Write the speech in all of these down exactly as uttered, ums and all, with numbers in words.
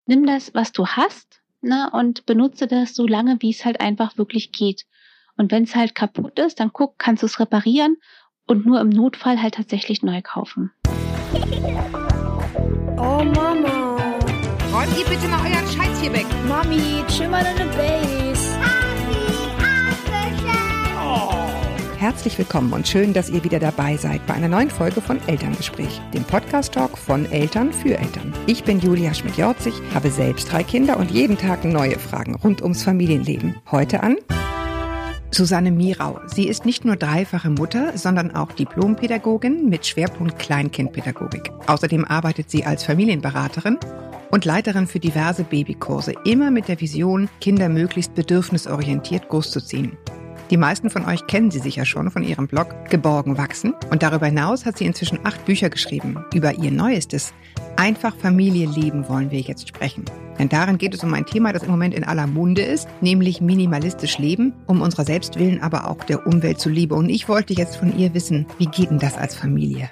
nimm das, was du hast, ne, und benutze das so lange, wie es halt einfach wirklich geht. Und wenn es halt kaputt ist, dann guck, kannst du es reparieren und nur im Notfall halt tatsächlich neu kaufen. Oh Mama. Räumt ihr bitte mal euren Scheiß hier weg. Mami, chill mal deine Base. Herzlich willkommen und schön, dass ihr wieder dabei seid bei einer neuen Folge von Elterngespräch, dem Podcast-Talk von Eltern für Eltern. Ich bin Julia Schmidt-Jorzig, habe selbst drei Kinder und jeden Tag neue Fragen rund ums Familienleben. Heute an Susanne Mirau. Sie ist nicht nur dreifache Mutter, sondern auch Diplompädagogin mit Schwerpunkt Kleinkindpädagogik. Außerdem arbeitet sie als Familienberaterin und Leiterin für diverse Babykurse, immer mit der Vision, Kinder möglichst bedürfnisorientiert großzuziehen. Die meisten von euch kennen sie sicher schon von ihrem Blog Geborgen wachsen. Und darüber hinaus hat sie inzwischen acht Bücher geschrieben. Über ihr neuestes Einfach Familie leben wollen wir jetzt sprechen. Denn darin geht es um ein Thema, das im Moment in aller Munde ist, nämlich minimalistisch leben, um unserer selbst willen, aber auch der Umwelt zuliebe. Und ich wollte jetzt von ihr wissen, wie geht denn das als Familie?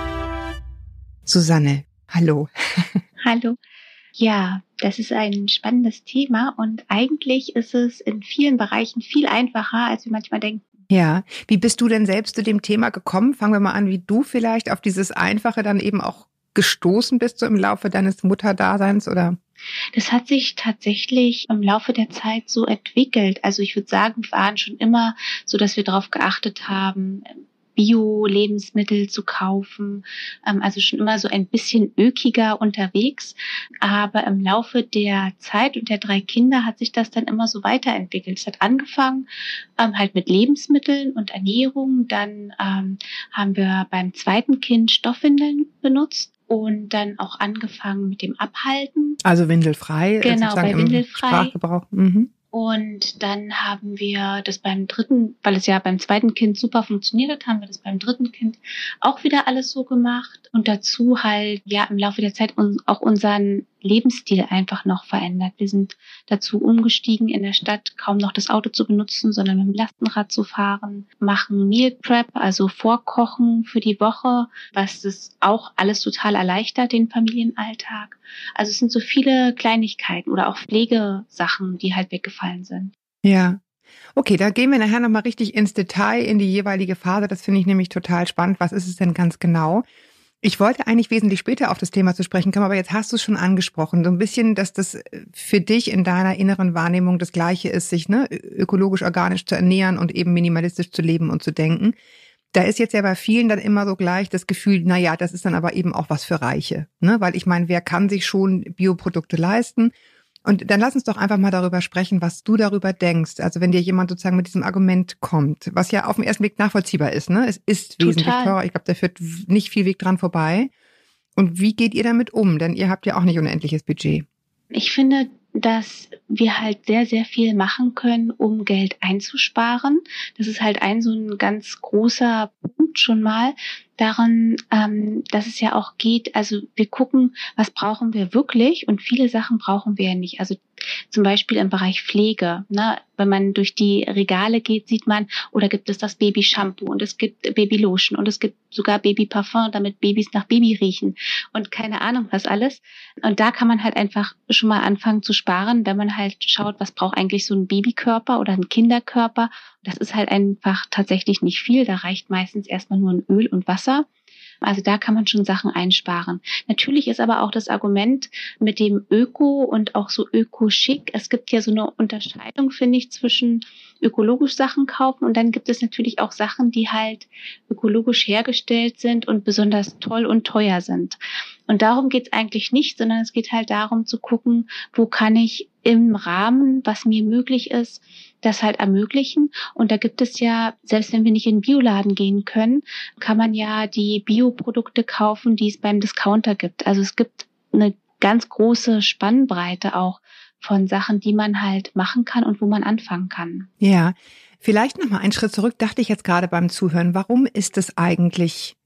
Susanne, hallo. Hallo. Ja, das ist ein spannendes Thema und eigentlich ist es in vielen Bereichen viel einfacher, als wir manchmal denken. Ja, wie bist du denn selbst zu dem Thema gekommen? Fangen wir mal an, wie du vielleicht auf dieses Einfache dann eben auch gestoßen bist, so im Laufe deines Mutterdaseins, oder? Das hat sich tatsächlich im Laufe der Zeit so entwickelt. Also ich würde sagen, wir waren schon immer so, dass wir darauf geachtet haben, Bio-Lebensmittel zu kaufen, also schon immer so ein bisschen ökiger unterwegs. Aber im Laufe der Zeit und der drei Kinder hat sich das dann immer so weiterentwickelt. Es hat angefangen ähm, halt mit Lebensmitteln und Ernährung. Dann ähm, haben wir beim zweiten Kind Stoffwindeln benutzt und dann auch angefangen mit dem Abhalten. Also windelfrei. Genau, bei windelfrei. Sprachgebrauch. Mhm. Und dann haben wir das beim dritten, weil es ja beim zweiten Kind super funktioniert hat, haben wir das beim dritten Kind auch wieder alles so gemacht. Und dazu halt, ja, im Laufe der Zeit auch unseren Lebensstil einfach noch verändert. Wir sind dazu umgestiegen, in der Stadt kaum noch das Auto zu benutzen, sondern mit dem Lastenrad zu fahren, machen Meal Prep, also Vorkochen für die Woche, was das auch alles total erleichtert, den Familienalltag. Also es sind so viele Kleinigkeiten oder auch Pflegesachen, die halt weggefallen sind. Ja. Okay, da gehen wir nachher nochmal richtig ins Detail, in die jeweilige Phase. Das finde ich nämlich total spannend. Was ist es denn ganz genau? Ich wollte eigentlich wesentlich später auf das Thema zu sprechen kommen, aber jetzt hast du es schon angesprochen. So ein bisschen, dass das für dich in deiner inneren Wahrnehmung das Gleiche ist, sich ne, ökologisch, organisch zu ernähren und eben minimalistisch zu leben und zu denken. Da ist jetzt ja bei vielen dann immer so gleich das Gefühl, na ja, das ist dann aber eben auch was für Reiche. Ne? Weil ich meine, wer kann sich schon Bioprodukte leisten? Und dann lass uns doch einfach mal darüber sprechen, was du darüber denkst. Also wenn dir jemand sozusagen mit diesem Argument kommt, was ja auf den ersten Blick nachvollziehbar ist, ne? Es ist Total. Wesentlich teurer. Ich glaube, da führt nicht viel Weg dran vorbei. Und wie geht ihr damit um? Denn ihr habt ja auch nicht unendliches Budget. Ich finde, dass wir halt sehr, sehr viel machen können, um Geld einzusparen. Das ist halt ein so ein ganz großer Punkt schon mal daran, ähm, dass es ja auch geht, also wir gucken, was brauchen wir wirklich und viele Sachen brauchen wir ja nicht. Also zum Beispiel im Bereich Pflege, ne? Wenn man durch die Regale geht, sieht man, oder gibt es das Baby-Shampoo und es gibt Baby-Lotion und es gibt sogar Baby-Parfum, damit Babys nach Baby riechen und keine Ahnung was alles. Und da kann man halt einfach schon mal anfangen zu sparen, wenn man halt schaut, was braucht eigentlich so ein Babykörper oder ein Kinderkörper. Das ist halt einfach tatsächlich nicht viel. Da reicht meistens erstmal nur ein Öl und Wasser. Also da kann man schon Sachen einsparen. Natürlich ist aber auch das Argument mit dem Öko und auch so öko-schick. Es gibt ja so eine Unterscheidung, finde ich, zwischen ökologisch Sachen kaufen und dann gibt es natürlich auch Sachen, die halt ökologisch hergestellt sind und besonders toll und teuer sind. Und darum geht es eigentlich nicht, sondern es geht halt darum zu gucken, wo kann ich im Rahmen, was mir möglich ist, das halt ermöglichen. Und da gibt es ja, selbst wenn wir nicht in den Bioladen gehen können, kann man ja die Bioprodukte kaufen, die es beim Discounter gibt. Also es gibt eine ganz große Spannbreite auch von Sachen, die man halt machen kann und wo man anfangen kann. Ja, vielleicht nochmal einen Schritt zurück, dachte ich jetzt gerade beim Zuhören. Warum ist es eigentlich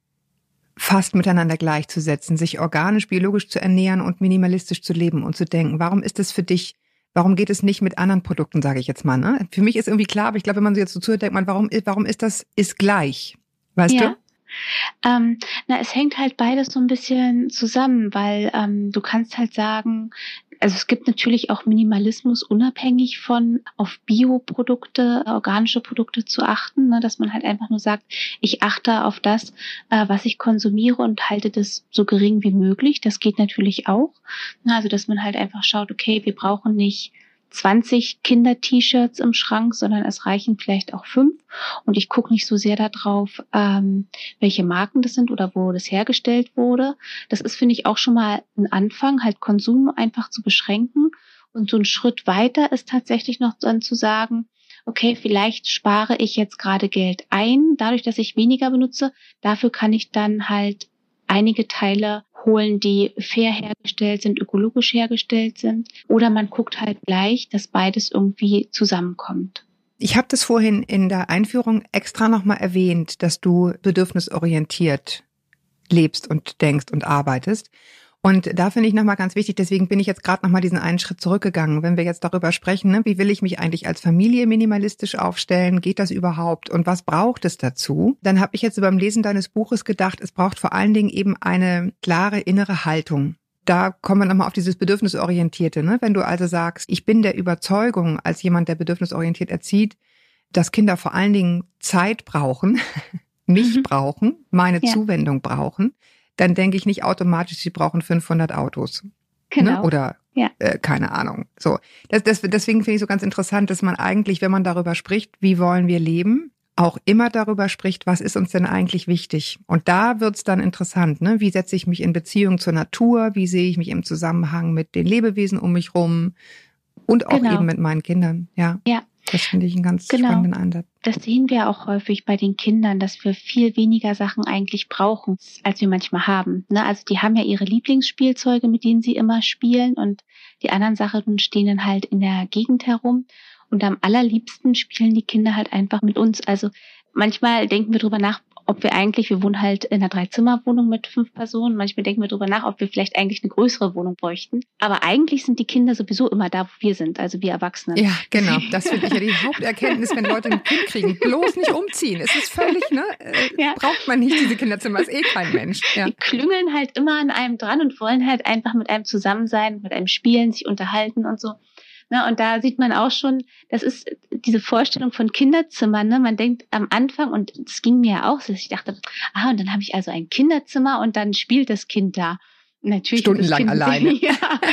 fast miteinander gleichzusetzen, sich organisch, biologisch zu ernähren und minimalistisch zu leben und zu denken? Warum ist es für dich, warum geht es nicht mit anderen Produkten, sage ich jetzt mal? Ne? Für mich ist irgendwie klar, aber ich glaube, wenn man so jetzt so zuhört, denkt man, warum, warum ist das, ist gleich? Weißt ja. du? Ähm, na, es hängt halt beides so ein bisschen zusammen, weil ähm, du kannst halt sagen, also es gibt natürlich auch Minimalismus unabhängig von auf Bioprodukte, organische Produkte zu achten, ne, dass man halt einfach nur sagt, ich achte auf das, äh, was ich konsumiere und halte das so gering wie möglich. Das geht natürlich auch. Na, also dass man halt einfach schaut, okay, wir brauchen nicht zwanzig Kinder-T-Shirts im Schrank, sondern es reichen vielleicht auch fünf. Und ich gucke nicht so sehr darauf, ähm, welche Marken das sind oder wo das hergestellt wurde. Das ist, finde ich, auch schon mal ein Anfang, halt Konsum einfach zu beschränken. Und so ein Schritt weiter ist tatsächlich noch dann zu sagen, okay, vielleicht spare ich jetzt gerade Geld ein, dadurch, dass ich weniger benutze. Dafür kann ich dann halt einige Teile holen, die fair hergestellt sind, ökologisch hergestellt sind. Oder man guckt halt gleich, dass beides irgendwie zusammenkommt. Ich habe das vorhin in der Einführung extra nochmal erwähnt, dass du bedürfnisorientiert lebst und denkst und arbeitest. Und da finde ich nochmal ganz wichtig, deswegen bin ich jetzt gerade nochmal diesen einen Schritt zurückgegangen. Wenn wir jetzt darüber sprechen, ne, wie will ich mich eigentlich als Familie minimalistisch aufstellen? Geht das überhaupt? Und was braucht es dazu? Dann habe ich jetzt beim Lesen deines Buches gedacht, es braucht vor allen Dingen eben eine klare innere Haltung. Da kommen wir nochmal auf dieses Bedürfnisorientierte. Ne? Wenn du also sagst, ich bin der Überzeugung, als jemand, der bedürfnisorientiert erzieht, dass Kinder vor allen Dingen Zeit brauchen, mich mhm. brauchen, meine ja. Zuwendung brauchen, dann denke ich nicht automatisch, sie brauchen fünfhundert Autos. Genau. Ne? Oder ja. äh, keine Ahnung. So, das, das, deswegen finde ich so ganz interessant, dass man eigentlich, wenn man darüber spricht, wie wollen wir leben, auch immer darüber spricht, was ist uns denn eigentlich wichtig? Und da wird's dann interessant, ne? Wie setze ich mich in Beziehung zur Natur? Wie sehe ich mich im Zusammenhang mit den Lebewesen um mich rum? Und auch genau. eben mit meinen Kindern. Ja. Ja. Das finde ich einen ganz genau. spannenden Ansatz. Das sehen wir auch häufig bei den Kindern, dass wir viel weniger Sachen eigentlich brauchen, als wir manchmal haben. Ne? Also die haben ja ihre Lieblingsspielzeuge, mit denen sie immer spielen, und die anderen Sachen stehen dann halt in der Gegend herum. Und am allerliebsten spielen die Kinder halt einfach mit uns. Also manchmal denken wir drüber nach, ob wir eigentlich, wir wohnen halt in einer Dreizimmerwohnung mit fünf Personen, manchmal denken wir drüber nach, ob wir vielleicht eigentlich eine größere Wohnung bräuchten. Aber eigentlich sind die Kinder sowieso immer da, wo wir sind, also wir Erwachsenen. Ja, genau. Das finde ich ja die Haupterkenntnis, wenn Leute ein Kind kriegen. Bloß nicht umziehen. Es ist völlig, ne? Äh, ja. Braucht man nicht diese Kinderzimmer, ist eh kein Mensch. Ja. Die klüngeln halt immer an einem dran und wollen halt einfach mit einem zusammen sein, mit einem spielen, sich unterhalten und so. Ne, und da sieht man auch schon, das ist diese Vorstellung von Kinderzimmern. Ne? Man denkt am Anfang, und es ging mir ja auch so, dass ich dachte, ah, und dann habe ich also ein Kinderzimmer und dann spielt das Kind da. Natürlich Stundenlang kind, alleine. Ja.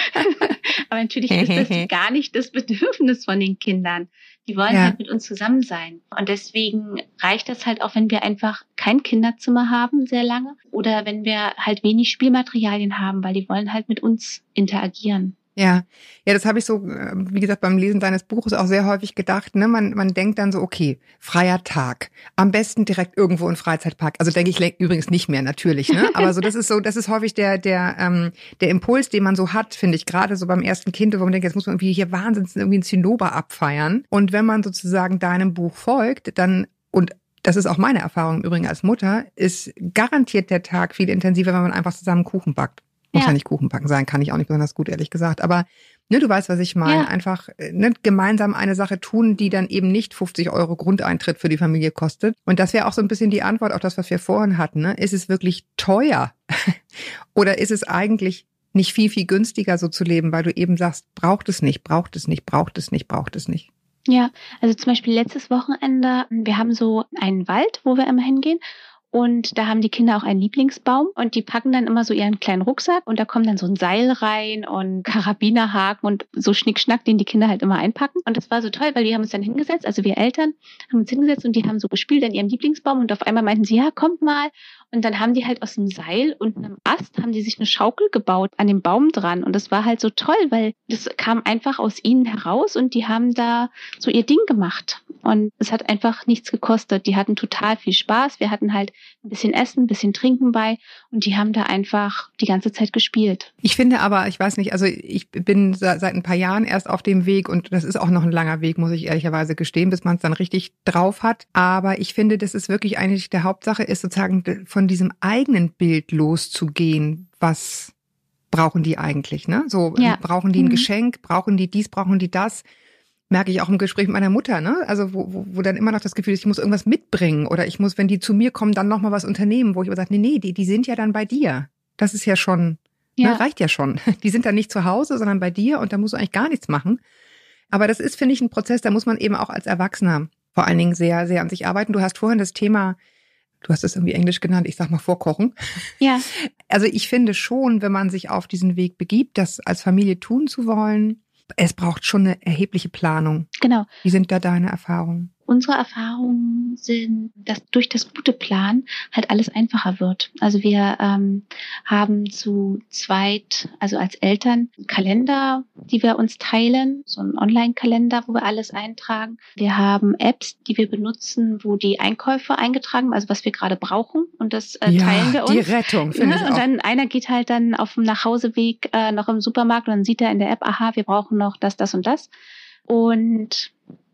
Aber natürlich ist das gar nicht das Bedürfnis von den Kindern. Die wollen ja. halt mit uns zusammen sein. Und deswegen reicht das halt auch, wenn wir einfach kein Kinderzimmer haben, sehr lange. Oder wenn wir halt wenig Spielmaterialien haben, weil die wollen halt mit uns interagieren. Ja, ja, das habe ich so, wie gesagt, beim Lesen deines Buches auch sehr häufig gedacht. Ne, man, man denkt dann so, okay, freier Tag, am besten direkt irgendwo im Freizeitpark. Also denke ich übrigens nicht mehr, natürlich. Ne, aber so, das ist so, das ist häufig der der ähm, der Impuls, den man so hat, finde ich, gerade so beim ersten Kind, wo man denkt, jetzt muss man irgendwie hier wahnsinnig irgendwie ein Zinnober abfeiern. Und wenn man sozusagen deinem Buch folgt, dann und das ist auch meine Erfahrung im Übrigen als Mutter, ist garantiert der Tag viel intensiver, wenn man einfach zusammen Kuchen backt. Muss ja. ja nicht Kuchen backen sein, kann ich auch nicht besonders gut, ehrlich gesagt. Aber ne, du weißt, was ich meine. Ja. Einfach ne, gemeinsam eine Sache tun, die dann eben nicht fünfzig Euro Grundeintritt für die Familie kostet. Und das wäre auch so ein bisschen die Antwort auf das, was wir vorhin hatten. Ne? Ist es wirklich teuer? Oder ist es eigentlich nicht viel, viel günstiger, so zu leben, weil du eben sagst, braucht es nicht, braucht es nicht, braucht es nicht, braucht es nicht. Ja, also zum Beispiel letztes Wochenende, wir haben so einen Wald, wo wir immer hingehen. Und da haben die Kinder auch einen Lieblingsbaum und die packen dann immer so ihren kleinen Rucksack und da kommt dann so ein Seil rein und Karabinerhaken und so Schnickschnack, den die Kinder halt immer einpacken. Und das war so toll, weil die haben uns dann hingesetzt, also wir Eltern haben uns hingesetzt und die haben so gespielt an ihrem Lieblingsbaum und auf einmal meinten sie, ja, kommt mal. Und dann haben die halt aus dem Seil und einem Ast haben die sich eine Schaukel gebaut an dem Baum dran. Und das war halt so toll, weil das kam einfach aus ihnen heraus und die haben da so ihr Ding gemacht. Und es hat einfach nichts gekostet. Die hatten total viel Spaß. Wir hatten halt ein bisschen Essen, ein bisschen Trinken bei und die haben da einfach die ganze Zeit gespielt. Ich finde aber, ich weiß nicht, also ich bin seit ein paar Jahren erst auf dem Weg und das ist auch noch ein langer Weg, muss ich ehrlicherweise gestehen, bis man es dann richtig drauf hat. Aber ich finde, das ist wirklich eigentlich der Hauptsache, ist sozusagen von diesem eigenen Bild loszugehen, was brauchen die eigentlich, ne? So, ja. Brauchen die ein mhm. Geschenk, brauchen die dies, brauchen die das? merke ich auch im Gespräch mit meiner Mutter, ne? Also wo, wo, wo dann immer noch das Gefühl ist, ich muss irgendwas mitbringen oder ich muss, wenn die zu mir kommen, dann nochmal was unternehmen, wo ich aber sage, nee, nee, die, die sind ja dann bei dir. Das ist ja schon, ja. Ne, reicht ja schon. Die sind dann nicht zu Hause, sondern bei dir und da musst du eigentlich gar nichts machen. Aber das ist, finde ich, ein Prozess, da muss man eben auch als Erwachsener vor allen Dingen sehr, sehr an sich arbeiten. Du hast vorhin das Thema, du hast es irgendwie Englisch genannt, ich sag mal Vorkochen. Ja. Also ich finde schon, wenn man sich auf diesen Weg begibt, das als Familie tun zu wollen, es braucht schon eine erhebliche Planung. Genau. Wie sind da deine Erfahrungen? Unsere Erfahrungen sind, dass durch das gute Plan halt alles einfacher wird. Also wir ähm, haben zu zweit, also als Eltern, einen Kalender, die wir uns teilen, so einen Online-Kalender, wo wir alles eintragen. Wir haben Apps, die wir benutzen, wo die Einkäufe eingetragen, also was wir gerade brauchen, und das äh, ja, teilen wir uns. Die Rettung, finde ja, ich auch. Und dann einer geht halt dann auf dem Nachhauseweg äh, noch im Supermarkt und dann sieht er in der App, aha, wir brauchen noch das, das und das. Und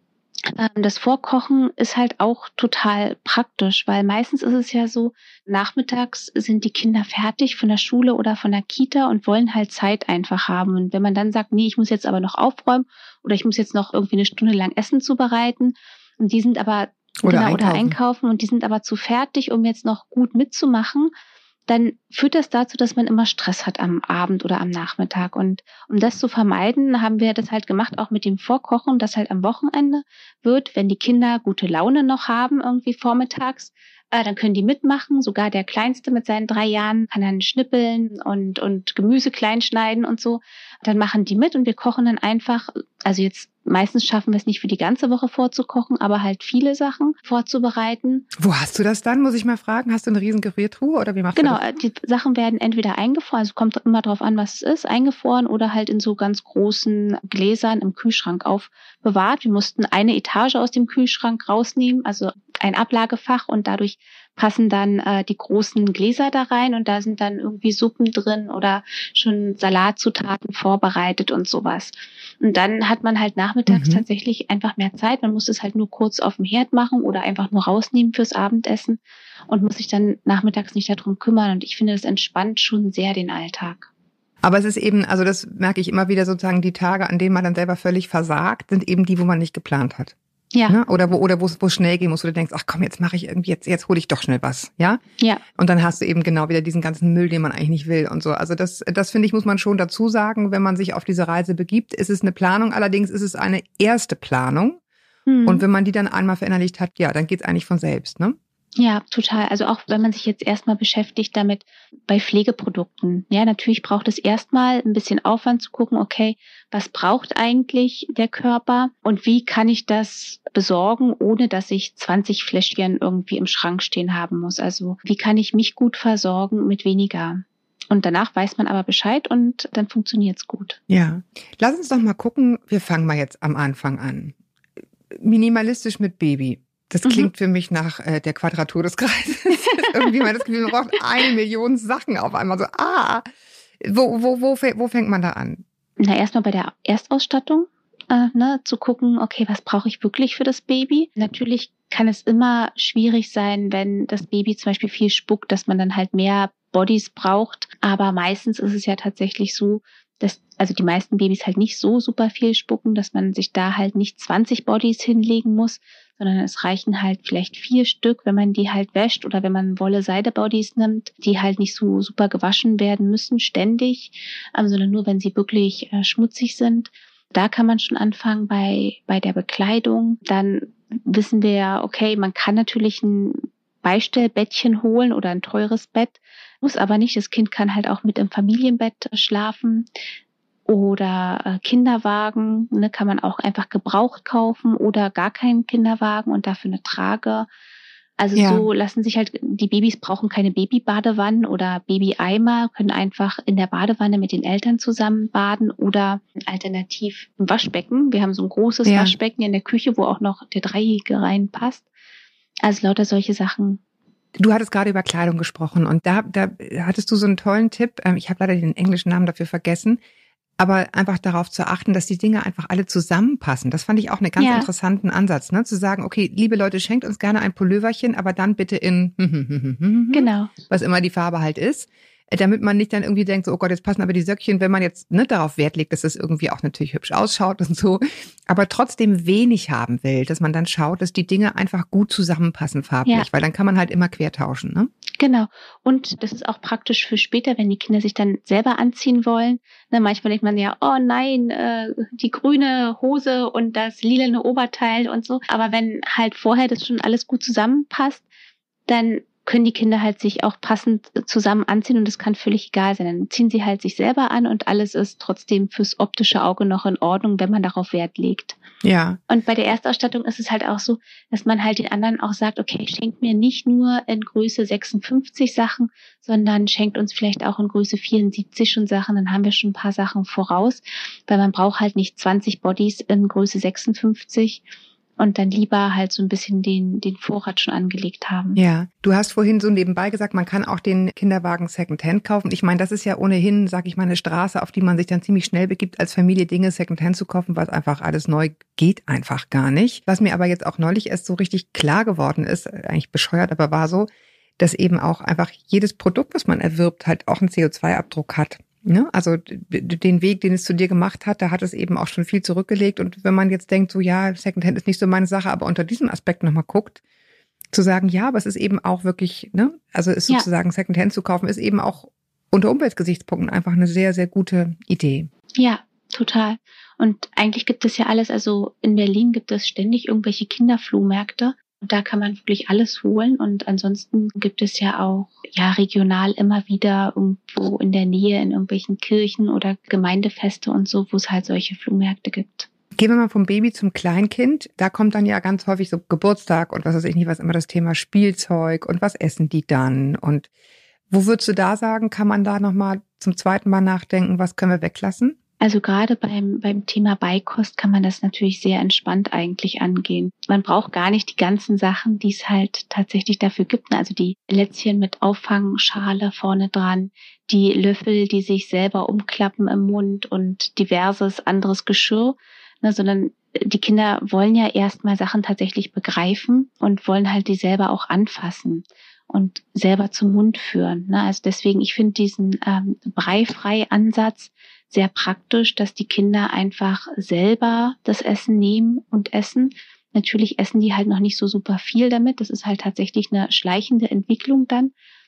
das Vorkochen ist halt auch total praktisch, weil meistens ist es ja so, nachmittags sind die Kinder fertig von der Schule oder von der Kita und wollen halt Zeit einfach haben. Und wenn man dann sagt, nee, ich muss jetzt aber noch aufräumen oder ich muss jetzt noch irgendwie eine Stunde lang Essen zubereiten und die sind aber oder, genau, einkaufen. oder einkaufen und die sind aber zu fertig, um jetzt noch gut mitzumachen, dann führt das dazu, dass man immer Stress hat am Abend oder am Nachmittag. Und um das zu vermeiden, haben wir das halt gemacht, auch mit dem Vorkochen, das halt am Wochenende wird, wenn die Kinder gute Laune noch haben, irgendwie vormittags, äh, dann können die mitmachen. Sogar der Kleinste mit seinen drei Jahren kann dann schnippeln und, und Gemüse klein schneiden und so. Dann machen die mit und wir kochen dann einfach, also jetzt meistens schaffen wir es nicht für die ganze Woche vorzukochen, aber halt viele Sachen vorzubereiten. Wo hast du das dann, muss ich mal fragen? Hast du eine riesen Gefriertruhe oder wie machst genau, du das? Genau, die Sachen werden entweder eingefroren, also kommt immer drauf an, was es ist, eingefroren oder halt in so ganz großen Gläsern im Kühlschrank aufbewahrt. Wir mussten eine Etage aus dem Kühlschrank rausnehmen, also ein Ablagefach, und dadurch passen dann äh, die großen Gläser da rein und da sind dann irgendwie Suppen drin oder schon Salatzutaten vorbereitet und sowas. Und dann hat man halt nachmittags mhm. tatsächlich einfach mehr Zeit. Man muss es halt nur kurz auf dem Herd machen oder einfach nur rausnehmen fürs Abendessen und muss sich dann nachmittags nicht darum kümmern. Und ich finde, das entspannt schon sehr den Alltag. Aber es ist eben, also das merke ich immer wieder sozusagen, die Tage, an denen man dann selber völlig versagt, sind eben die, wo man nicht geplant hat. Ja. Ne? Oder wo oder wo es schnell gehen muss, wo du denkst, ach komm, jetzt mache ich irgendwie, jetzt jetzt hole ich doch schnell was, ja? Ja. Und dann hast du eben genau wieder diesen ganzen Müll, den man eigentlich nicht will und so. Also das, das finde ich, muss man schon dazu sagen, wenn man sich auf diese Reise begibt, ist es eine Planung, allerdings ist es eine erste Planung. Hm. Und wenn man die dann einmal verinnerlicht hat, ja, dann geht's eigentlich von selbst, ne? Ja, total. Also auch wenn man sich jetzt erstmal beschäftigt damit bei Pflegeprodukten. Ja, natürlich braucht es erstmal ein bisschen Aufwand zu gucken, okay, was braucht eigentlich der Körper und wie kann ich das besorgen, ohne dass ich zwanzig Fläschchen irgendwie im Schrank stehen haben muss. Also wie kann ich mich gut versorgen mit weniger? Und danach weiß man aber Bescheid und dann funktioniert's gut. Ja, lass uns doch mal gucken, wir fangen mal jetzt am Anfang an. Minimalistisch mit Baby. Das klingt mhm. für mich nach äh, der Quadratur des Kreises. Irgendwie mal das Gefühl, man braucht eine Million Sachen auf einmal. So, ah, wo, wo, wo, wo fängt man da an? Na, erstmal bei der Erstausstattung, äh, ne, zu gucken, okay, was brauche ich wirklich für das Baby? Natürlich kann es immer schwierig sein, wenn das Baby zum Beispiel viel spuckt, dass man dann halt mehr Bodies braucht. Aber meistens ist es ja tatsächlich so, dass also die meisten Babys halt nicht so super viel spucken, dass man sich da halt nicht zwanzig Bodies hinlegen muss, sondern es reichen halt vielleicht vier Stück, wenn man die halt wäscht oder wenn man Wolle-Seide-Bodies nimmt, die halt nicht so super gewaschen werden müssen ständig, ähm, sondern nur, wenn sie wirklich äh, schmutzig sind. Da kann man schon anfangen bei bei der Bekleidung. Dann wissen wir ja, okay, man kann natürlich ein Beistellbettchen holen oder ein teures Bett, muss aber nicht. Das Kind kann halt auch mit im Familienbett schlafen. Oder äh, Kinderwagen, ne, kann man auch einfach gebraucht kaufen oder gar keinen Kinderwagen und dafür eine Trage. Also ja. So lassen sich halt, die Babys brauchen keine Babybadewannen oder Babyeimer, können einfach in der Badewanne mit den Eltern zusammen baden oder alternativ ein Waschbecken. Wir haben so ein großes ja. Waschbecken in der Küche, wo auch noch der Dreijährige reinpasst. Also lauter solche Sachen. Du hattest gerade über Kleidung gesprochen und da, da hattest du so einen tollen Tipp. Ich habe leider den englischen Namen dafür vergessen. Aber einfach darauf zu achten, dass die Dinge einfach alle zusammenpassen. Das fand ich auch einen ganz ja. interessanten Ansatz, ne? Zu sagen, okay, liebe Leute, schenkt uns gerne ein Pulloverchen, aber dann bitte in genau, was immer die Farbe halt ist. damit man nicht dann irgendwie denkt, so, oh Gott, jetzt passen aber die Söckchen, wenn man jetzt ne, darauf Wert legt, dass es irgendwie auch natürlich hübsch ausschaut und so, aber trotzdem wenig haben will, dass man dann schaut, dass die Dinge einfach gut zusammenpassen farblich, ja. Weil dann kann man halt immer quertauschen, ne? Genau. Und das ist auch praktisch für später, wenn die Kinder sich dann selber anziehen wollen. Ne, manchmal denkt man ja, oh nein, äh, die grüne Hose und das lilane Oberteil und so. Aber wenn halt vorher das schon alles gut zusammenpasst, dann können die Kinder halt sich auch passend zusammen anziehen und das kann völlig egal sein. Dann ziehen sie halt sich selber an und alles ist trotzdem fürs optische Auge noch in Ordnung, wenn man darauf Wert legt. Ja. Und bei der Erstausstattung ist es halt auch so, dass man halt den anderen auch sagt, okay, schenkt mir nicht nur in Größe sechsundfünfzig Sachen, sondern schenkt uns vielleicht auch in Größe vierundsiebzig schon Sachen, dann haben wir schon ein paar Sachen voraus, weil man braucht halt nicht zwanzig Bodies in Größe sechsundfünfzig. Und dann lieber halt so ein bisschen den, den Vorrat schon angelegt haben. Ja, du hast vorhin so nebenbei gesagt, man kann auch den Kinderwagen Secondhand kaufen. Ich meine, das ist ja ohnehin, sag ich mal, eine Straße, auf die man sich dann ziemlich schnell begibt, als Familie Dinge Secondhand zu kaufen, weil einfach alles neu geht einfach gar nicht. Was mir aber jetzt auch neulich erst so richtig klar geworden ist, eigentlich bescheuert, aber war so, dass eben auch einfach jedes Produkt, was man erwirbt, halt auch einen C O zwei Abdruck hat. Ne? Also den Weg, den es zu dir gemacht hat, da hat es eben auch schon viel zurückgelegt. Und wenn man jetzt denkt, so ja, Secondhand ist nicht so meine Sache, aber unter diesem Aspekt nochmal guckt, zu sagen, ja, aber es ist eben auch wirklich, ne, also ist ja. sozusagen Secondhand zu kaufen, ist eben auch unter Umweltgesichtspunkten einfach eine sehr, sehr gute Idee. Ja, total. Und eigentlich gibt es ja alles, also in Berlin gibt es ständig irgendwelche Kinderflohmärkte. Und da kann man wirklich alles holen. Und ansonsten gibt es ja auch ja regional immer wieder irgendwo in der Nähe in irgendwelchen Kirchen oder Gemeindefeste und so, wo es halt solche Flohmärkte gibt. Gehen wir mal vom Baby zum Kleinkind. Da kommt dann ja ganz häufig so Geburtstag und was weiß ich nicht, was immer das Thema Spielzeug und was essen die dann? Und wo würdest du da sagen, kann man da nochmal zum zweiten Mal nachdenken, was können wir weglassen? Also gerade beim beim Thema Beikost kann man das natürlich sehr entspannt eigentlich angehen. Man braucht gar nicht die ganzen Sachen, die es halt tatsächlich dafür gibt. Also die Lätzchen mit Auffangschale vorne dran, die Löffel, die sich selber umklappen im Mund und diverses anderes Geschirr, ne, sondern die Kinder wollen ja erstmal Sachen tatsächlich begreifen und wollen halt die selber auch anfassen und selber zum Mund führen. Ne? Also deswegen, ich finde diesen ähm, Breifrei-Ansatz sehr praktisch, dass die Kinder einfach selber das Essen nehmen und essen. Natürlich essen die halt noch nicht so super viel damit. Das ist halt tatsächlich eine schleichende Entwicklung dann.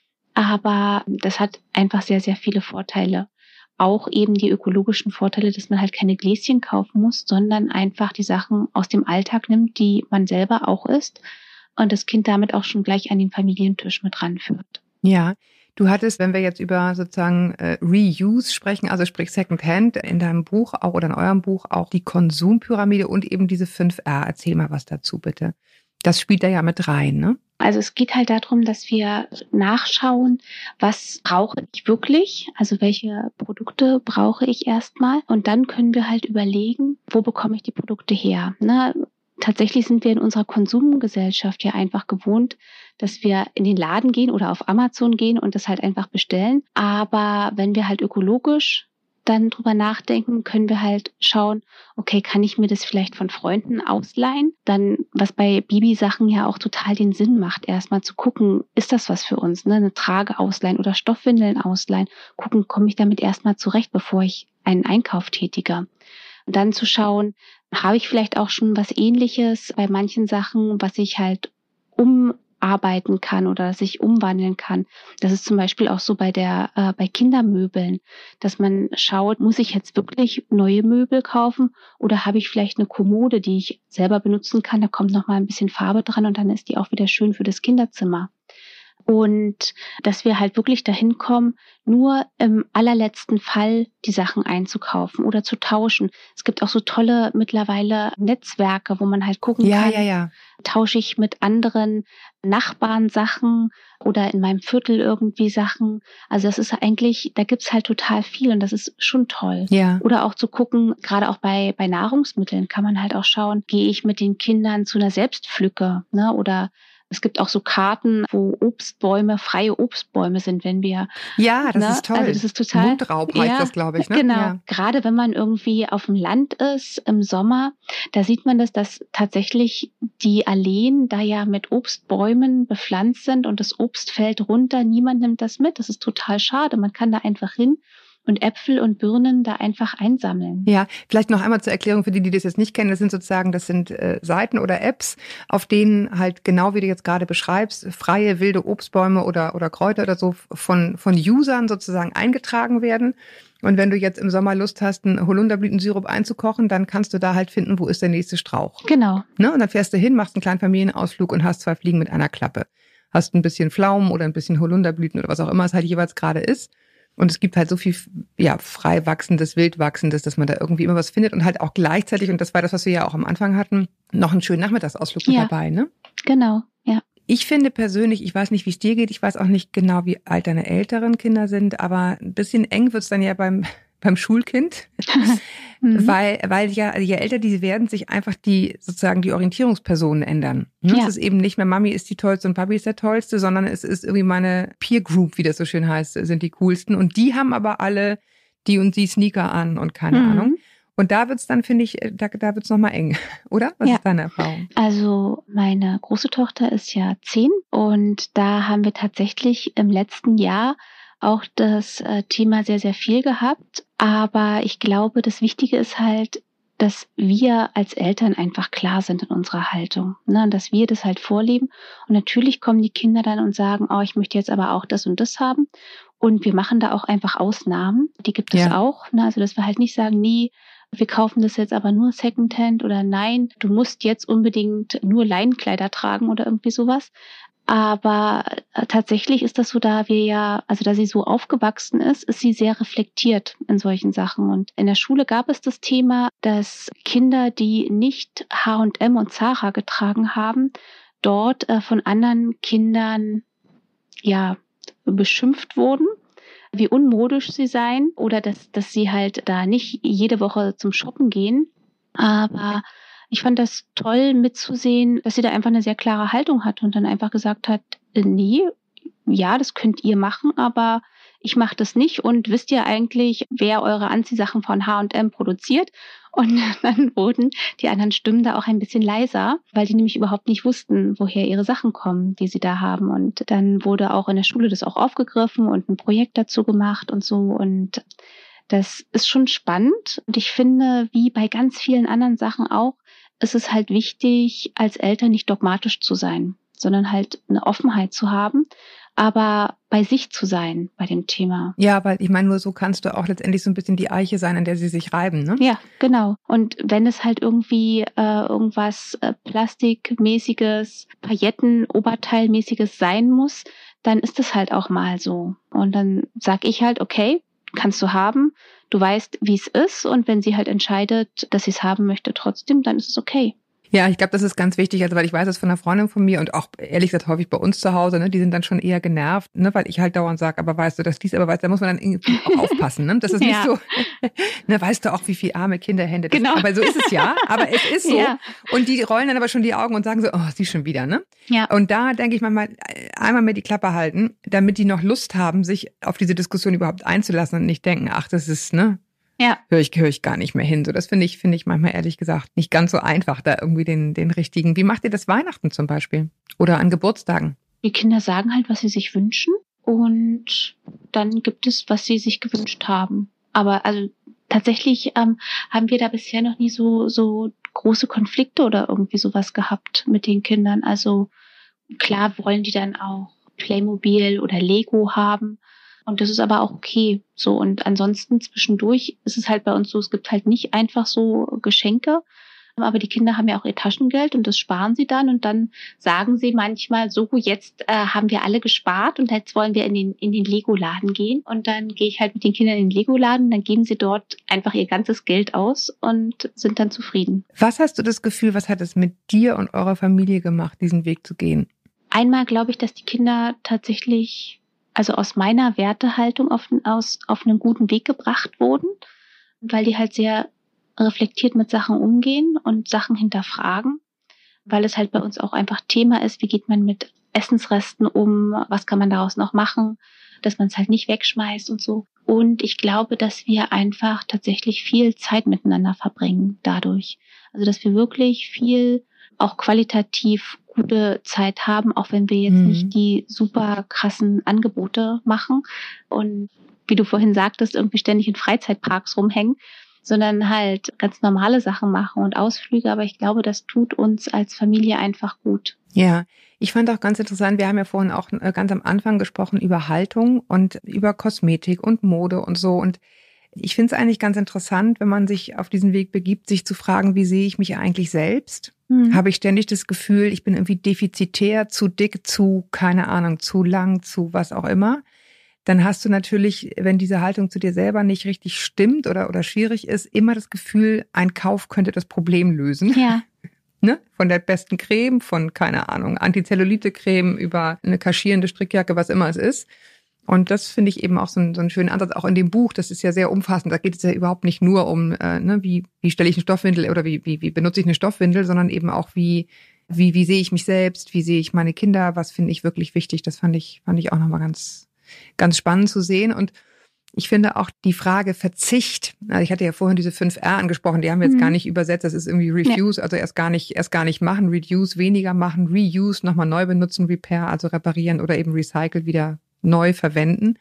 Aber das hat einfach sehr, sehr viele Vorteile. Auch eben die ökologischen Vorteile, dass man halt keine Gläschen kaufen muss, sondern einfach die Sachen aus dem Alltag nimmt, die man selber auch isst und das Kind damit auch schon gleich an den Familientisch mit ranführt. Ja. Du hattest, wenn wir jetzt über sozusagen äh, Reuse sprechen, also sprich Secondhand, in deinem Buch auch oder in eurem Buch auch die Konsumpyramide und eben diese fünf R. Erzähl mal was dazu, bitte. Das spielt da ja mit rein, ne? Also es geht halt darum, dass wir nachschauen, was brauche ich wirklich, also welche Produkte brauche ich erstmal und dann können wir halt überlegen, wo bekomme ich die Produkte her, ne? Tatsächlich sind wir in unserer Konsumgesellschaft ja einfach gewohnt, dass wir in den Laden gehen oder auf Amazon gehen und das halt einfach bestellen. Aber wenn wir halt ökologisch dann drüber nachdenken, können wir halt schauen, okay, kann ich mir das vielleicht von Freunden ausleihen? Dann, was bei Babysachen ja auch total den Sinn macht, erstmal zu gucken, ist das was für uns? Ne? Eine Trage ausleihen oder Stoffwindeln ausleihen. Gucken, komme ich damit erstmal zurecht, bevor ich einen Einkauf tätige. Und dann zu schauen, habe ich vielleicht auch schon was Ähnliches bei manchen Sachen, was ich halt umarbeiten kann oder dass ich umwandeln kann. Das ist zum Beispiel auch so bei der äh, bei Kindermöbeln, dass man schaut, muss ich jetzt wirklich neue Möbel kaufen oder habe ich vielleicht eine Kommode, die ich selber benutzen kann, da kommt noch mal ein bisschen Farbe dran und dann ist die auch wieder schön für das Kinderzimmer. Und dass wir halt wirklich dahin kommen, nur im allerletzten Fall die Sachen einzukaufen oder zu tauschen. Es gibt auch so tolle mittlerweile Netzwerke, wo man halt gucken ja, kann, ja, ja. tausche ich mit anderen Nachbarn Sachen oder in meinem Viertel irgendwie Sachen. Also das ist eigentlich, da gibt's halt total viel und das ist schon toll. Ja. Oder auch zu gucken, gerade auch bei bei Nahrungsmitteln kann man halt auch schauen, gehe ich mit den Kindern zu einer Selbstpflücke, ne, oder es gibt auch so Karten, wo Obstbäume, freie Obstbäume sind, wenn wir... Ja, das ne? ist toll. Also das ist total... Mundraub heißt ja, das, glaube ich. Ne? Genau. Ja. Gerade wenn man irgendwie auf dem Land ist im Sommer, da sieht man das, dass tatsächlich die Alleen da ja mit Obstbäumen bepflanzt sind und das Obst fällt runter. Niemand nimmt das mit. Das ist total schade. Man kann da einfach hin und Äpfel und Birnen da einfach einsammeln. Ja, vielleicht noch einmal zur Erklärung für die, die das jetzt nicht kennen. Das sind sozusagen, das sind äh, Seiten oder Apps, auf denen halt genau wie du jetzt gerade beschreibst, freie wilde Obstbäume oder oder Kräuter oder so von von Usern sozusagen eingetragen werden. Und wenn du jetzt im Sommer Lust hast, einen Holunderblütensirup einzukochen, dann kannst du da halt finden, wo ist der nächste Strauch. Genau. Ne? Und dann fährst du hin, machst einen kleinen Familienausflug und hast zwei Fliegen mit einer Klappe. Hast ein bisschen Pflaumen oder ein bisschen Holunderblüten oder was auch immer es halt jeweils gerade ist. Und es gibt halt so viel, ja, frei wachsendes, wild wachsendes, dass man da irgendwie immer was findet und halt auch gleichzeitig, und das war das, was wir ja auch am Anfang hatten, noch einen schönen Nachmittagsausflug mit ja. dabei, ne? Genau, ja. Ich finde persönlich, ich weiß nicht, wie es dir geht, ich weiß auch nicht genau, wie alt deine älteren Kinder sind, aber ein bisschen eng wird's dann ja beim beim Schulkind, mhm. weil weil ja je älter die werden, sich einfach die sozusagen die Orientierungspersonen ändern. Ne? Ja. Es ist eben nicht mehr Mami ist die tollste und Papi ist der tollste, sondern es ist irgendwie meine Peer Group, wie das so schön heißt, sind die coolsten und die haben aber alle die und die Sneaker an und keine mhm. Ahnung. Und da wird's dann, finde ich, da, da wird's nochmal eng, oder? Was ja. ist deine Erfahrung? Also meine große Tochter ist ja zehn und da haben wir tatsächlich im letzten Jahr auch das äh, Thema sehr, sehr viel gehabt. Aber ich glaube, das Wichtige ist halt, dass wir als Eltern einfach klar sind in unserer Haltung, ne? Und dass wir das halt vorleben. Und natürlich kommen die Kinder dann und sagen, oh, ich möchte jetzt aber auch das und das haben. Und wir machen da auch einfach Ausnahmen. Die gibt es ja. auch. Ne? Also, dass wir halt nicht sagen, nee, wir kaufen das jetzt aber nur Secondhand oder nein, du musst jetzt unbedingt nur Leinenkleider tragen oder irgendwie sowas. Aber tatsächlich ist das so, da wir ja, also da sie so aufgewachsen ist, ist sie sehr reflektiert in solchen Sachen. Und in der Schule gab es das Thema, dass Kinder, die nicht H und M und Zara getragen haben, dort äh, von anderen Kindern ja beschimpft wurden, wie unmodisch sie seien oder dass, dass sie halt da nicht jede Woche zum Shoppen gehen. Aber ich fand das toll mitzusehen, dass sie da einfach eine sehr klare Haltung hat und dann einfach gesagt hat, nee, ja, das könnt ihr machen, aber ich mache das nicht und wisst ihr eigentlich, wer eure Anziehsachen von H und M produziert? Und dann wurden die anderen Stimmen da auch ein bisschen leiser, weil die nämlich überhaupt nicht wussten, woher ihre Sachen kommen, die sie da haben. Und dann wurde auch in der Schule das auch aufgegriffen und ein Projekt dazu gemacht und so. Und das ist schon spannend. Und ich finde, wie bei ganz vielen anderen Sachen auch, ist es halt wichtig, als Eltern nicht dogmatisch zu sein, sondern halt eine Offenheit zu haben, aber bei sich zu sein bei dem Thema. Ja, weil ich meine, nur so kannst du auch letztendlich so ein bisschen die Eiche sein, an der sie sich reiben, ne? Ja, genau. Und wenn es halt irgendwie äh, irgendwas äh, Plastikmäßiges, Pailletten-Oberteilmäßiges sein muss, dann ist es halt auch mal so. Und dann sag ich halt, okay, kannst du haben, du weißt, wie es ist und wenn sie halt entscheidet, dass sie es haben möchte trotzdem, dann ist es okay. Ja, ich glaube, das ist ganz wichtig, also weil ich weiß das von einer Freundin von mir und auch ehrlich gesagt häufig bei uns zu Hause, ne, die sind dann schon eher genervt, ne, weil ich halt dauernd sage, aber weißt du, das dies, aber weißt du, da muss man dann irgendwie auch aufpassen, ne, das ist nicht ja. so, ne, weißt du auch, wie viele arme Kinderhände das genau. ist, aber so ist es ja, aber es ist so ja. und die rollen dann aber schon die Augen und sagen so, oh, sie schon wieder, ne, ja. und da denke ich manchmal, einmal mehr die Klappe halten, damit die noch Lust haben, sich auf diese Diskussion überhaupt einzulassen und nicht denken, ach, das ist, ne, Ja. Höre ich, höre ich gar nicht mehr hin. So, das finde ich, finde ich manchmal ehrlich gesagt nicht ganz so einfach, da irgendwie den, den richtigen. Wie macht ihr das Weihnachten zum Beispiel? Oder an Geburtstagen? Die Kinder sagen halt, was sie sich wünschen und dann gibt es, was sie sich gewünscht haben. Aber also tatsächlich ähm, haben wir da bisher noch nie so, so große Konflikte oder irgendwie sowas gehabt mit den Kindern. Also klar wollen die dann auch Playmobil oder Lego haben. Und das ist aber auch okay. So, und ansonsten zwischendurch ist es halt bei uns so, es gibt halt nicht einfach so Geschenke. Aber die Kinder haben ja auch ihr Taschengeld und das sparen sie dann. Und dann sagen sie manchmal, so, jetzt äh, haben wir alle gespart und jetzt wollen wir in den, in den Lego-Laden gehen. Und dann gehe ich halt mit den Kindern in den Lego-Laden, dann geben sie dort einfach ihr ganzes Geld aus und sind dann zufrieden. Was hast du das Gefühl, was hat es mit dir und eurer Familie gemacht, diesen Weg zu gehen? Einmal glaube ich, dass die Kinder tatsächlich, also aus meiner Wertehaltung auf, aus, auf einen guten Weg gebracht wurden, weil die halt sehr reflektiert mit Sachen umgehen und Sachen hinterfragen. weil es halt bei uns auch einfach Thema ist, wie geht man mit Essensresten um, was kann man daraus noch machen, dass man es halt nicht wegschmeißt und so. Und ich glaube, dass wir einfach tatsächlich viel Zeit miteinander verbringen dadurch. Also dass wir wirklich viel auch qualitativ gute Zeit haben, auch wenn wir jetzt mhm. nicht die super krassen Angebote machen und wie du vorhin sagtest, irgendwie ständig in Freizeitparks rumhängen, sondern halt ganz normale Sachen machen und Ausflüge. Aber ich glaube, das tut uns als Familie einfach gut. Ja, ich fand auch ganz interessant, wir haben ja vorhin auch ganz am Anfang gesprochen über Haltung und über Kosmetik und Mode und so. Und ich finde es eigentlich ganz interessant, wenn man sich auf diesen Weg begibt, sich zu fragen, wie sehe ich mich eigentlich selbst? Mhm. Habe ich ständig das Gefühl, ich bin irgendwie defizitär, zu dick, zu, keine Ahnung, zu lang, zu was auch immer. Dann hast du natürlich, wenn diese Haltung zu dir selber nicht richtig stimmt oder, oder schwierig ist, immer das Gefühl, ein Kauf könnte das Problem lösen. Ja. Ne? Von der besten Creme, von, keine Ahnung, Antizellulite-Creme über eine kaschierende Strickjacke, was immer es ist. Und das finde ich eben auch so, ein, so einen schönen Ansatz, auch in dem Buch, das ist ja sehr umfassend, da geht es ja überhaupt nicht nur um, äh, ne, wie, wie stelle ich eine Stoffwindel oder wie, wie, wie benutze ich eine Stoffwindel, sondern eben auch, wie, wie, wie sehe ich mich selbst, wie sehe ich meine Kinder, was finde ich wirklich wichtig, das fand ich, fand ich auch nochmal ganz, ganz spannend zu sehen. Und ich finde auch die Frage Verzicht, also ich hatte ja vorhin diese fünf R angesprochen, die haben wir jetzt mhm. gar nicht übersetzt, das ist irgendwie Refuse, ja. also erst gar nicht, erst gar nicht machen, Reduce, weniger machen, Reuse, nochmal neu benutzen, Repair, also reparieren oder eben Recycle wieder neu verwenden.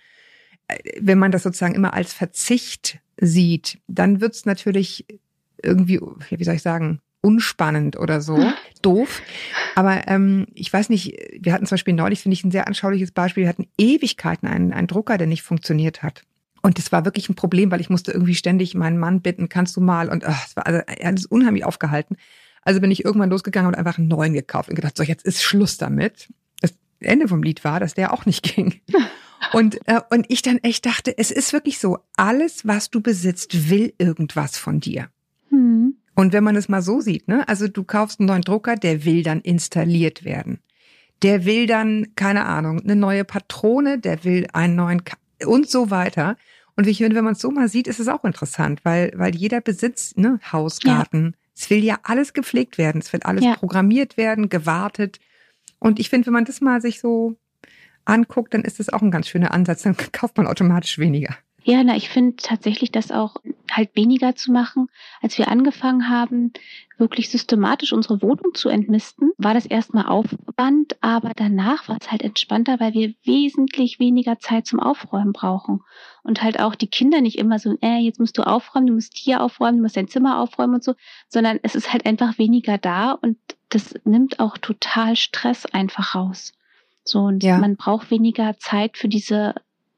Wenn man das sozusagen immer als Verzicht sieht, dann wird's natürlich irgendwie, wie soll ich sagen, unspannend oder so, doof. Aber ähm, ich weiß nicht, wir hatten zum Beispiel neulich, finde ich, ein sehr anschauliches Beispiel, wir hatten Ewigkeiten einen, einen Drucker, der nicht funktioniert hat. Und das war wirklich ein Problem, weil ich musste irgendwie ständig meinen Mann bitten, kannst du mal? Und ach, es war, also, er hat es unheimlich aufgehalten. Also bin ich irgendwann losgegangen und einfach einen neuen gekauft und gedacht, so jetzt ist Schluss damit. Das Ende vom Lied war, dass der auch nicht ging. Und äh, und ich dann echt dachte, es ist wirklich so, alles, was du besitzt, will irgendwas von dir. Hm. Und wenn man es mal so sieht, ne, also du kaufst einen neuen Drucker, der will dann installiert werden. Der will dann, keine Ahnung, eine neue Patrone, der will einen neuen Ka- und so weiter. Und ich finde, wenn man es so mal sieht, ist es auch interessant, weil weil jeder Besitz, ne, Haus, Garten, ja. es will ja alles gepflegt werden, es wird alles ja. programmiert werden, gewartet. Und ich finde, wenn man das mal sich so anguckt, dann ist das auch ein ganz schöner Ansatz, dann kauft man automatisch weniger. Ja, na, ich finde tatsächlich, das auch halt weniger zu machen. Als wir angefangen haben, wirklich systematisch unsere Wohnung zu entmisten, war das erstmal Aufwand, aber danach war es halt entspannter, weil wir wesentlich weniger Zeit zum Aufräumen brauchen. Und halt auch die Kinder nicht immer so, äh, jetzt musst du aufräumen, du musst hier aufräumen, du musst dein Zimmer aufräumen und so, sondern es ist halt einfach weniger da und das nimmt auch total Stress einfach raus. So, und ja. man braucht weniger Zeit für diese,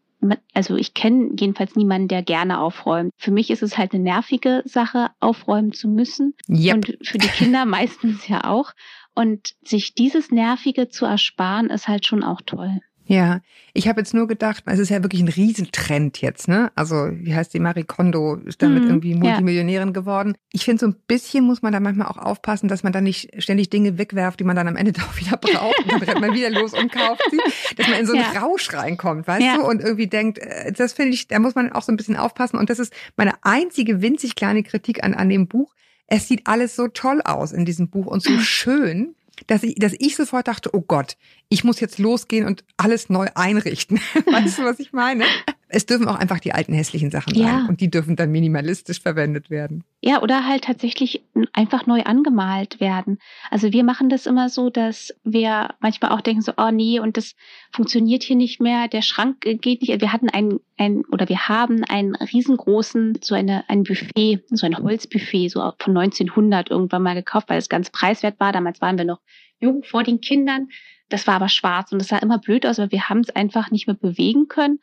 also ich kenne jedenfalls niemanden, der gerne aufräumt. Für mich ist es halt eine nervige Sache, aufräumen zu müssen. Yep. Und für die Kinder meistens ja auch. Und sich dieses Nervige zu ersparen, ist halt schon auch toll. Ja, ich habe jetzt nur gedacht, es ist ja wirklich ein Riesentrend jetzt, ne? Also, wie heißt die, Marie Kondo ist damit mhm, irgendwie Multimillionärin ja. geworden. Ich finde, so ein bisschen muss man da manchmal auch aufpassen, dass man da nicht ständig Dinge wegwerft, die man dann am Ende doch wieder braucht. Und dann rennt man wieder los und kauft sie. Dass man in so einen ja. Rausch reinkommt, weißt ja. du? Und irgendwie denkt, das finde ich, da muss man auch so ein bisschen aufpassen. Und das ist meine einzige winzig kleine Kritik an, an dem Buch. Es sieht alles so toll aus in diesem Buch und so schön, dass ich, dass ich sofort dachte, oh Gott, ich muss jetzt losgehen und alles neu einrichten. Weißt du, was ich meine? Es dürfen auch einfach die alten hässlichen Sachen ja. sein und die dürfen dann minimalistisch verwendet werden. Ja, oder halt tatsächlich einfach neu angemalt werden. Also wir machen das immer so, dass wir manchmal auch denken so, oh nee, und das funktioniert hier nicht mehr, der Schrank geht nicht. Wir hatten einen, ein, oder wir haben einen riesengroßen, so eine, ein Buffet, so ein Holzbuffet, so von neunzehnhundert irgendwann mal gekauft, weil es ganz preiswert war. Damals waren wir noch jung vor den Kindern. Das war aber schwarz und das sah immer blöd aus, weil wir haben es einfach nicht mehr bewegen können.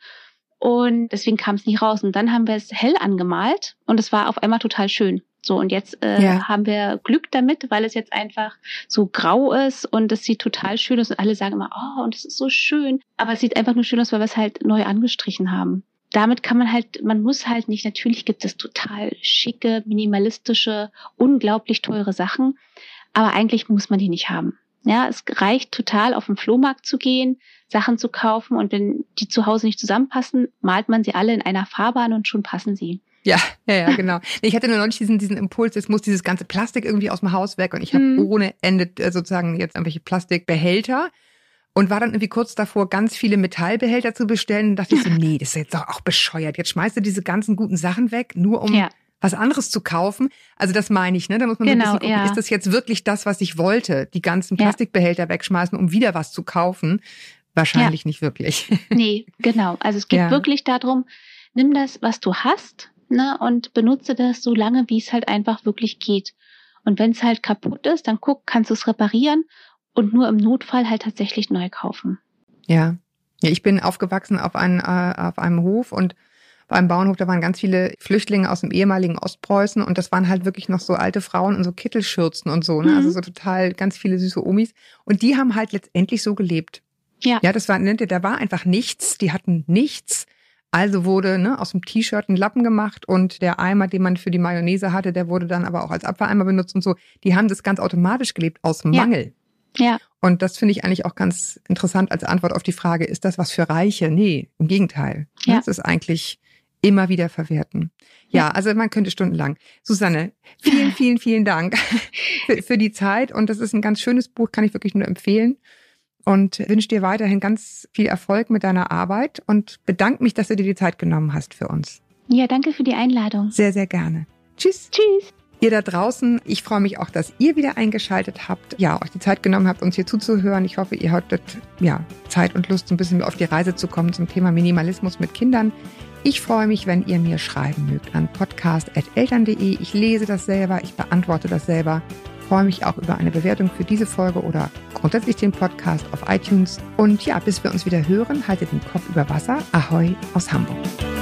Und deswegen kam es nicht raus. Und dann haben wir es hell angemalt und es war auf einmal total schön. So, und jetzt äh, ja. haben wir Glück damit, weil es jetzt einfach so grau ist und es sieht total schön aus. Und alle sagen immer, oh, und es ist so schön. Aber es sieht einfach nur schön aus, weil wir es halt neu angestrichen haben. Damit kann man halt, man muss halt nicht, natürlich gibt es total schicke, minimalistische, unglaublich teure Sachen. Aber eigentlich muss man die nicht haben. Ja, es reicht total, auf den Flohmarkt zu gehen, Sachen zu kaufen und wenn die zu Hause nicht zusammenpassen, malt man sie alle in einer Farbe an und schon passen sie. Ja, ja, ja, genau. Ich hatte nur neulich diesen, diesen Impuls, es muss dieses ganze Plastik irgendwie aus dem Haus weg und ich habe Mhm. ohne Ende äh, sozusagen jetzt irgendwelche Plastikbehälter und war dann irgendwie kurz davor, ganz viele Metallbehälter zu bestellen und dachte ich so, nee, das ist jetzt doch auch bescheuert. Jetzt schmeißt du diese ganzen guten Sachen weg, nur um Ja. was anderes zu kaufen. Also das meine ich, ne? Da muss man Genau, so ein bisschen gucken, ja. ist das jetzt wirklich das, was ich wollte? Die ganzen Ja. Plastikbehälter wegschmeißen, um wieder was zu kaufen? Wahrscheinlich nicht wirklich. Nee, genau. Also es geht Ja. wirklich darum, nimm das, was du hast, ne, und benutze das so lange, wie es halt einfach wirklich geht. Und wenn es halt kaputt ist, dann guck, kannst du es reparieren und nur im Notfall halt tatsächlich neu kaufen. Ja. Ja, ich bin aufgewachsen auf, einen, äh, auf einem Hof und auf einem Bauernhof, da waren ganz viele Flüchtlinge aus dem ehemaligen Ostpreußen und das waren halt wirklich noch so alte Frauen und so Kittelschürzen und so, ne? Mhm. Also so total ganz viele süße Omis. Und die haben halt letztendlich so gelebt. Ja. Ja, das war, da war einfach nichts, die hatten nichts. Also wurde ne, aus dem T-Shirt ein Lappen gemacht und der Eimer, den man für die Mayonnaise hatte, der wurde dann aber auch als Abfalleimer benutzt und so. Die haben das ganz automatisch gelebt, aus Ja. Mangel. Ja. Und das finde ich eigentlich auch ganz interessant als Antwort auf die Frage, ist das was für Reiche? Nee, im Gegenteil. Ja. Das ist eigentlich immer wieder verwerten. Ja, Ja. also man könnte stundenlang. Susanne, vielen, vielen, vielen Dank für, für die Zeit. Und das ist ein ganz schönes Buch, kann ich wirklich nur empfehlen. Und wünsche dir weiterhin ganz viel Erfolg mit deiner Arbeit und bedanke mich, dass du dir die Zeit genommen hast für uns. Ja, danke für die Einladung. Sehr, sehr gerne. Tschüss. Tschüss. Ihr da draußen, ich freue mich auch, dass ihr wieder eingeschaltet habt, ja, euch die Zeit genommen habt, uns hier zuzuhören. Ich hoffe, ihr hattet ja Zeit und Lust, so ein bisschen auf die Reise zu kommen zum Thema Minimalismus mit Kindern. Ich freue mich, wenn ihr mir schreiben mögt an podcast at eltern punkt de. Ich lese das selber, ich beantworte das selber. Ich freue mich auch über eine Bewertung für diese Folge oder grundsätzlich den Podcast auf iTunes. Und ja, bis wir uns wieder hören, haltet den Kopf über Wasser. Ahoi aus Hamburg.